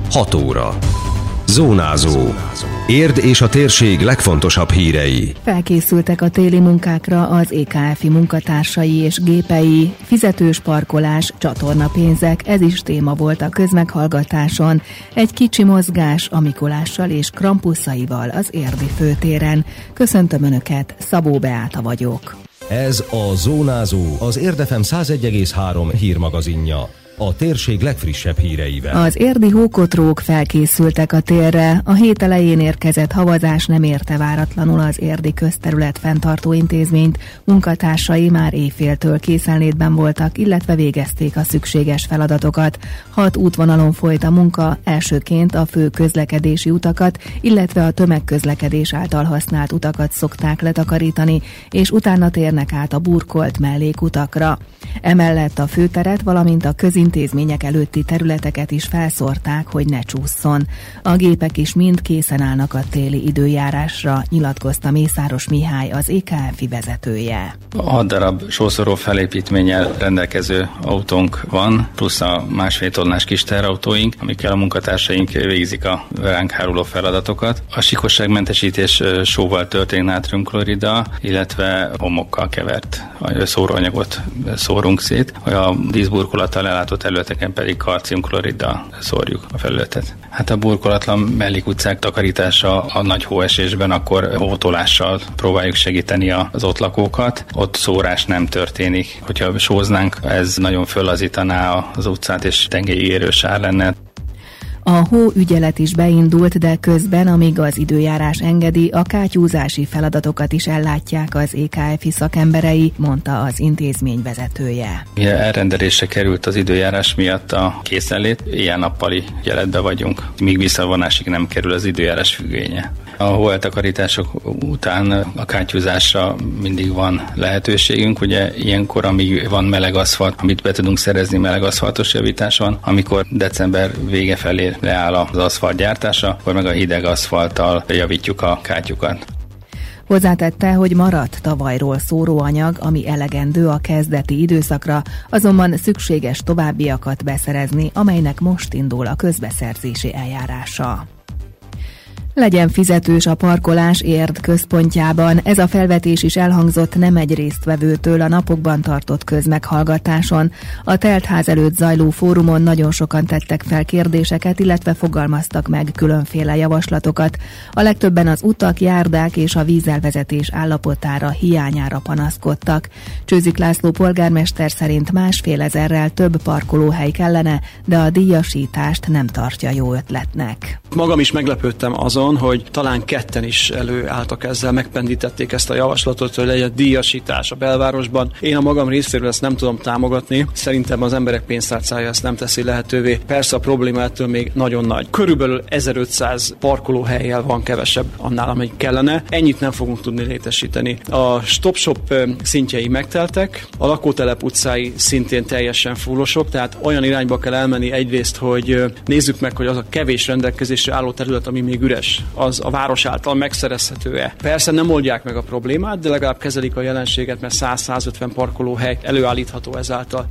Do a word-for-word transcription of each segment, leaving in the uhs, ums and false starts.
hat óra. Zónázó. Érd és a térség legfontosabb hírei. Felkészültek a téli munkákra az é ká ef i munkatársai és gépei. Fizetős parkolás, csatornapénzek, ez is téma volt a közmeghallgatáson. Egy kicsi mozgás a Mikulással és Krampuszaival az érdi főtéren. Köszöntöm Önöket, Szabó Beáta vagyok. Ez a Zónázó, az Érd ef em száz egy egész három hírmagazinja. A térség legfrissebb híreivel. Az érdi hókotrók felkészültek a térre. A hét elején érkezett havazás nem érte váratlanul az érdi közterület fenntartó intézményt. Munkatársai már éjféltől készenlétben voltak, illetve végezték a szükséges feladatokat. Hat útvonalon folyt a munka, elsőként a fő közlekedési utakat, illetve a tömegközlekedés által használt utakat szokták letakarítani, és utána térnek át a burkolt mellékutakra. Emellett a főteret, valamint a közintézmények előtti területeket is felszórták, hogy ne csússzon. A gépek is mind készen állnak a téli időjárásra, nyilatkozta Mészáros Mihály, az é ká ef i vezetője. Hat darab sószoró felépítménnyel rendelkező autónk van, plusz a másfél tonnás kis teherautóink, amikkel a munkatársaink végzik a ránk háruló feladatokat. A sikosságmentesítés sóval történt nátriumklorida, illetve homokkal kevert szóróanyagot szórunk szét, a díszburkolattal ellátott területeken pedig kalciumkloriddal szórjuk a felületet. Hát a burkolatlan mellékutcák takarítása a nagy hóesésben, akkor hótolással próbáljuk segíteni az ott lakókat. Ott szórás nem történik. Hogyha sóznánk, ez nagyon föllazítaná az utcát, és tengelyig érő sár lenne. A hóügyelet is beindult, de közben, amíg az időjárás engedi, a kátyúzási feladatokat is ellátják az é ká ef i szakemberei, mondta az intézmény vezetője. Elrendelésre került az időjárás miatt a készenlét, ilyen-nappali ügyeletben vagyunk, míg visszavonásig nem kerül az időjárás függvénye. A hóeltakarítások után a kátyúzásra mindig van lehetőségünk, ugye ilyenkor, amíg van meleg aszfalt, amit be tudunk szerezni, meleg aszfaltos javítás van, amikor december vége felé leáll az aszfalt gyártása, akkor meg a hideg aszfalttal javítjuk a kátyukat. Hozzátette, hogy maradt tavalyról szóróanyag, ami elegendő a kezdeti időszakra, azonban szükséges továbbiakat beszerezni, amelynek most indul a közbeszerzési eljárása. Legyen fizetős a parkolás Érd központjában. Ez a felvetés is elhangzott nem egy résztvevőtől a napokban tartott közmeghallgatáson. A teltház előtt zajló fórumon nagyon sokan tettek fel kérdéseket, illetve fogalmaztak meg különféle javaslatokat. A legtöbben az utak, járdák és a vízelvezetés állapotára, hiányára panaszkodtak. Csőzik László polgármester szerint másfél ezerrel több parkolóhely kellene, de a díjasítást nem tartja jó ötletnek. Magam is meglepődtem azon, hogy talán ketten is előálltak ezzel, megpendítették ezt a javaslatot, hogy legyen díjasítás a belvárosban. Én a magam részéről ezt nem tudom támogatni. Szerintem az emberek pénztárcája ezt nem teszi lehetővé. Persze a probléma ettől még nagyon nagy. Körülbelül ezerötszáz parkolóhellyel van kevesebb annál, amelyik kellene. Ennyit nem fogunk tudni létesíteni. A stop-shop szintjei megteltek, a lakótelep utcái szintén teljesen fullosok, tehát olyan irányba kell elmenni egyrészt, hogy nézzük meg, hogy az a kevés rendelkezésre álló terület, ami még üres, az a város által megszerezhető-e. Persze nem oldják meg a problémát, de legalább kezelik a jelenséget, mert száz-százötven parkolóhely előállítható ezáltal.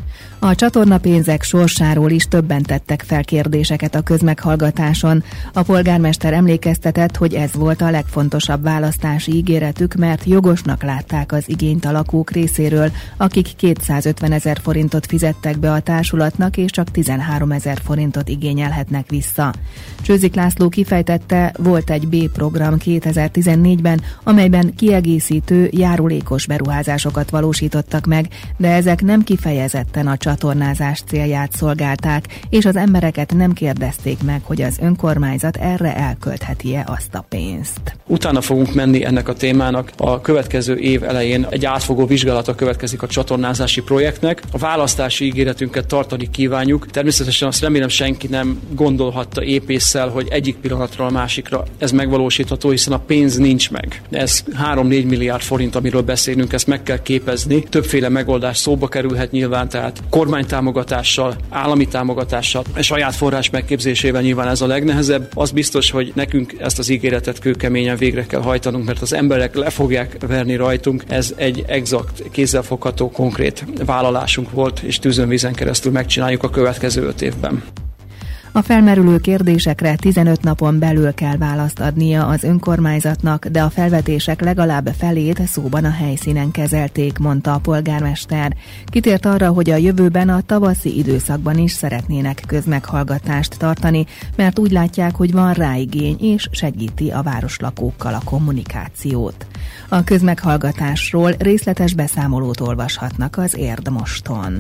A csatornapénzek sorsáról is többen tettek fel kérdéseket a közmeghallgatáson. A polgármester emlékeztetett, hogy ez volt a legfontosabb választási ígéretük, mert jogosnak látták az igényt a lakók részéről, akik kétszázötvenezer forintot fizettek be a társulatnak, és csak tizenháromezer forintot igényelhetnek vissza. Csőzik László kifejtette, volt egy B-program kétezer-tizennégyben, amelyben kiegészítő, járulékos beruházásokat valósítottak meg, de ezek nem kifejezetten a csatornázás célját szolgálták, és az embereket nem kérdezték meg, hogy az önkormányzat erre elköltheti-e azt a pénzt. Utána fogunk menni ennek a témának. A következő év elején egy átfogó vizsgálata következik a csatornázási projektnek. A választási ígéretünket tartani kívánjuk. Természetesen azt remélem senki nem gondolhatta épésszel, hogy egyik pillanatról a másikra ez megvalósítható, hiszen a pénz nincs meg. Ez három-négy milliárd forint, amiről beszélünk, ezt meg kell képezni. Többféle megoldás szóba kerülhet nyilván, tehát kormánytámogatással, állami támogatással, a saját forrás megképzésével nyilván ez a legnehezebb. Az biztos, hogy nekünk ezt az ígéretet kőkeményen végre kell hajtanunk, mert az emberek le fogják verni rajtunk. Ez egy exakt, kézzelfogható, konkrét vállalásunk volt, és tűzön vízen keresztül megcsináljuk a következő öt évben. A felmerülő kérdésekre tizenöt napon belül kell választ adnia az önkormányzatnak, de a felvetések legalább felét szóban a helyszínen kezelték, mondta a polgármester. Kitért arra, hogy a jövőben a tavaszi időszakban is szeretnének közmeghallgatást tartani, mert úgy látják, hogy van rá igény, és segíti a városlakókkal a kommunikációt. A közmeghallgatásról részletes beszámolót olvashatnak az Érdmoston.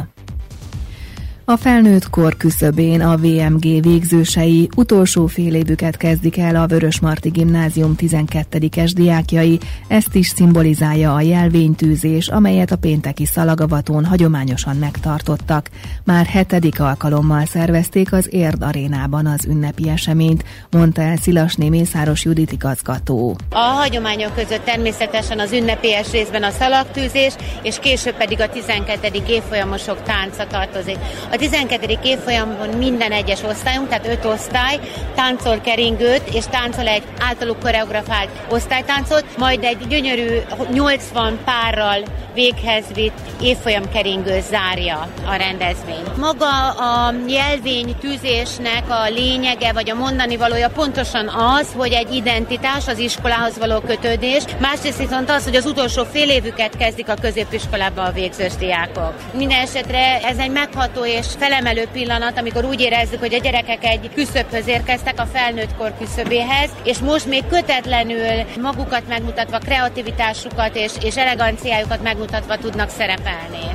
A felnőtt kor küszöbén a vé em gé végzősei utolsó fél évüket kezdik el a Vörösmarty Gimnázium tizenkettedikes diákjai, ezt is szimbolizálja a jelvénytűzés, amelyet a pénteki Szalagavaton hagyományosan megtartottak. Már hetedik alkalommal szervezték az Érd arénában az ünnepi eseményt, mondta el Szilasné Mészáros Judit igazgató. A hagyományok között természetesen az ünnepélyes részben a szalagtűzés, és később pedig a tizenkettedik évfolyamosok tánca tartozik. A tizenkettedik évfolyamon minden egyes osztályunk, tehát öt osztály táncol keringőt, és táncol egy általuk koreografált osztálytáncot, majd egy gyönyörű nyolcvan párral véghez vitt évfolyamkeringő zárja a rendezvényt. Maga a jelvénytűzésnek a lényege, vagy a mondani valója pontosan az, hogy egy identitás, az iskolához való kötődés, másrészt viszont az, hogy az utolsó fél évüket kezdik a középiskolába a végzős diákok. Minden esetre ez egy megható és felemelő pillanat, amikor úgy érezzük, hogy a gyerekek egy küszöbhöz érkeztek, a felnőtt kor küszöbéhez, és most még kötetlenül magukat megmutatva, kreativitásukat és, és eleganciájukat megmutatva tudnak szerepelni.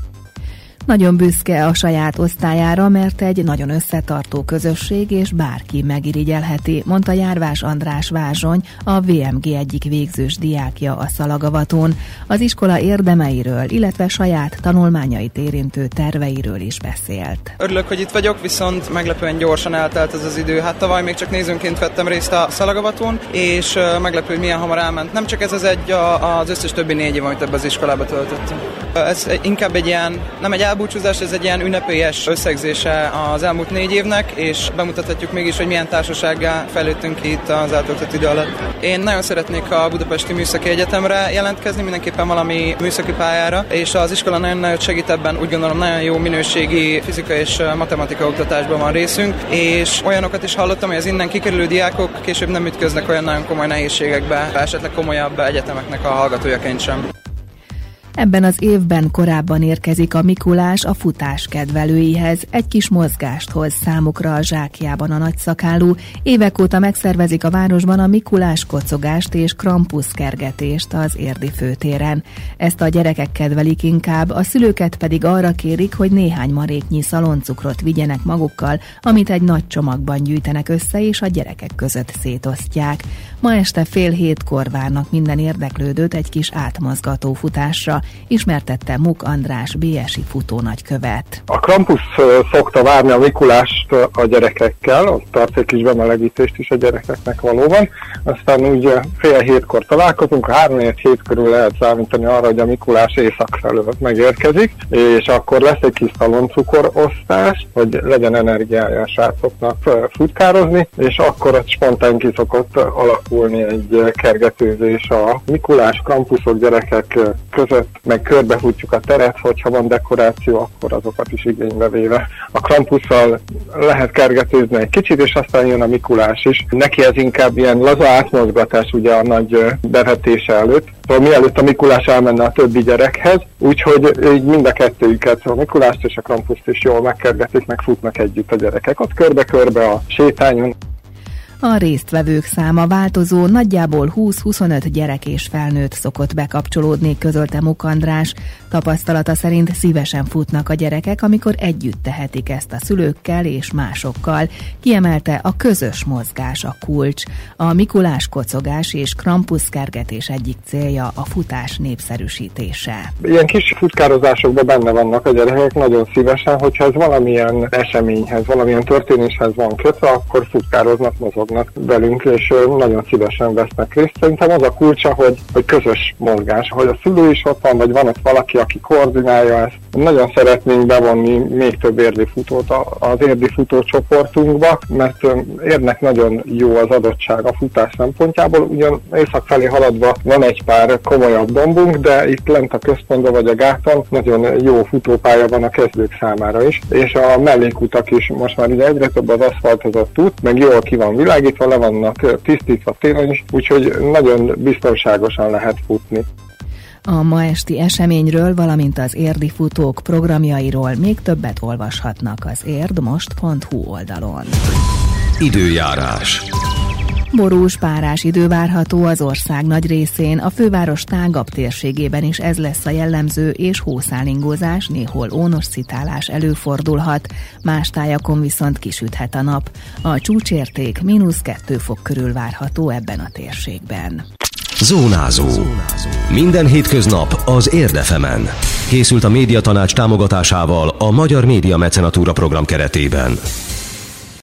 Nagyon büszke a saját osztályára, mert egy nagyon összetartó közösség, és bárki megirigyelheti, mondta Járvás András Vázsony, a vé em gé egyik végzős diákja a Szalagavaton. Az iskola érdemeiről, illetve saját tanulmányait érintő terveiről is beszélt. Örülök, hogy itt vagyok, viszont meglepően gyorsan eltelt ez az idő. Hát tavaly még csak nézőnként vettem részt a Szalagavaton, és meglepő, hogy milyen hamar elment. Nem csak ez az egy, az összes többi négy év, amit ebbe az iskolába töltöttem. Ez inkább egy ilyen, nem egy elbúcsúzás, ez egy ilyen ünnepélyes összegzése az elmúlt négy évnek, és bemutathatjuk mégis, hogy milyen társasággal fejlődtünk itt az eltöltött idő alatt. Én nagyon szeretnék a Budapesti Műszaki Egyetemre jelentkezni, mindenképpen valami műszaki pályára, és az iskola nagyon nagyot segít ebben, úgy gondolom nagyon jó minőségi fizika és matematika oktatásban van részünk, és olyanokat is hallottam, hogy az innen kikerülő diákok később nem ütköznek olyan nagyon komoly nehézségekbe, esetleg komolyabb egyetemeknek a hallgatójaként sem. Ebben az évben korábban érkezik a Mikulás a futás kedvelőihez, egy kis mozgást hoz számukra a zsákjában a nagyszakálú. Évek óta megszervezik a városban a Mikulás kocogást és krampuszkergetést az érdi főtéren. Ezt a gyerekek kedvelik inkább, a szülőket pedig arra kérik, hogy néhány maréknyi szaloncukrot vigyenek magukkal, amit egy nagy csomagban gyűjtenek össze, és a gyerekek között szétosztják. Ma este fél hétkor várnak minden érdeklődőt egy kis átmozgató futásra, ismertette Muk András bé es i futónagykövet. A Krampus szokta várni a Mikulást a gyerekekkel, ott tart egy kis bemelegítést is a gyerekeknek valóban, aztán úgy fél hétkor találkozunk, a három hét körül lehet számítani arra, hogy a Mikulás észak felől megérkezik, és akkor lesz egy kis szaloncukorosztás, hogy legyen energiája a srácoknak futkározni, és akkor ott spontán ki szokott alakulni egy kergetőzés a Mikulás, Krampuszok, gyerekek között, meg körbefutjuk a teret, hogyha van dekoráció, akkor azokat is igénybe véve. A Krampusszal lehet kergetőzni egy kicsit, és aztán jön a Mikulás is. Neki ez inkább ilyen laza átmozgatás ugye a nagy bevetése előtt. Szóval mielőtt a Mikulás elmenne a többi gyerekhez, úgyhogy így mind a kettőjüket, a Mikulást és a Krampuszt is jól megkergetik, meg futnak együtt a gyerekek. Ott körbe-körbe a sétányon. A résztvevők száma változó, nagyjából húsz-huszonöt gyerek és felnőtt szokott bekapcsolódni, közölte Muk András. Tapasztalata szerint szívesen futnak a gyerekek, amikor együtt tehetik ezt a szülőkkel és másokkal. Kiemelte, a közös mozgás a kulcs. A Mikulás kocogás és krampuszkergetés egyik célja a futás népszerűsítése. Ilyen kis futkározásokban benne vannak a gyerekek nagyon szívesen, hogyha ez valamilyen eseményhez, valamilyen történéshez van kötve, akkor futkároznak, mozognak. mozognak velünk, és nagyon szívesen vesznek részt. Szerintem az a kulcsa, hogy, hogy közös mozgás, hogy a szülő is ott van, vagy van ott valaki, aki koordinálja ezt. Nagyon szeretnénk bevonni még több érdi futót az érdi futócsoportunkba, mert érnek nagyon jó az adottság a futás szempontjából. Ugyan észak felé haladva van egy pár komolyabb dombunk, de itt lent a központban vagy a gáton nagyon jó futópálya van a kezdők számára is, és a mellékutak is most már ugye egyre több az aszfaltozott út, meg jól ki van világítva, le vannak tisztítva télen is, úgyhogy nagyon biztonságosan lehet futni. A ma esti eseményről, valamint az érdi futók programjairól még többet olvashatnak az érdmost pont hu oldalon. Időjárás. Borús, párás idő várható az ország nagy részén, a főváros tágabb térségében is ez lesz a jellemző, és hószálingózás, néhol ónosszitálás előfordulhat, más tájakon viszont kisüthet a nap. A csúcsérték mínusz kettő fok körül várható ebben a térségben. Zónázó. Minden hétköznap az Érd ef emen. Készült a Médiatanács támogatásával a Magyar Média Mecenatúra program keretében.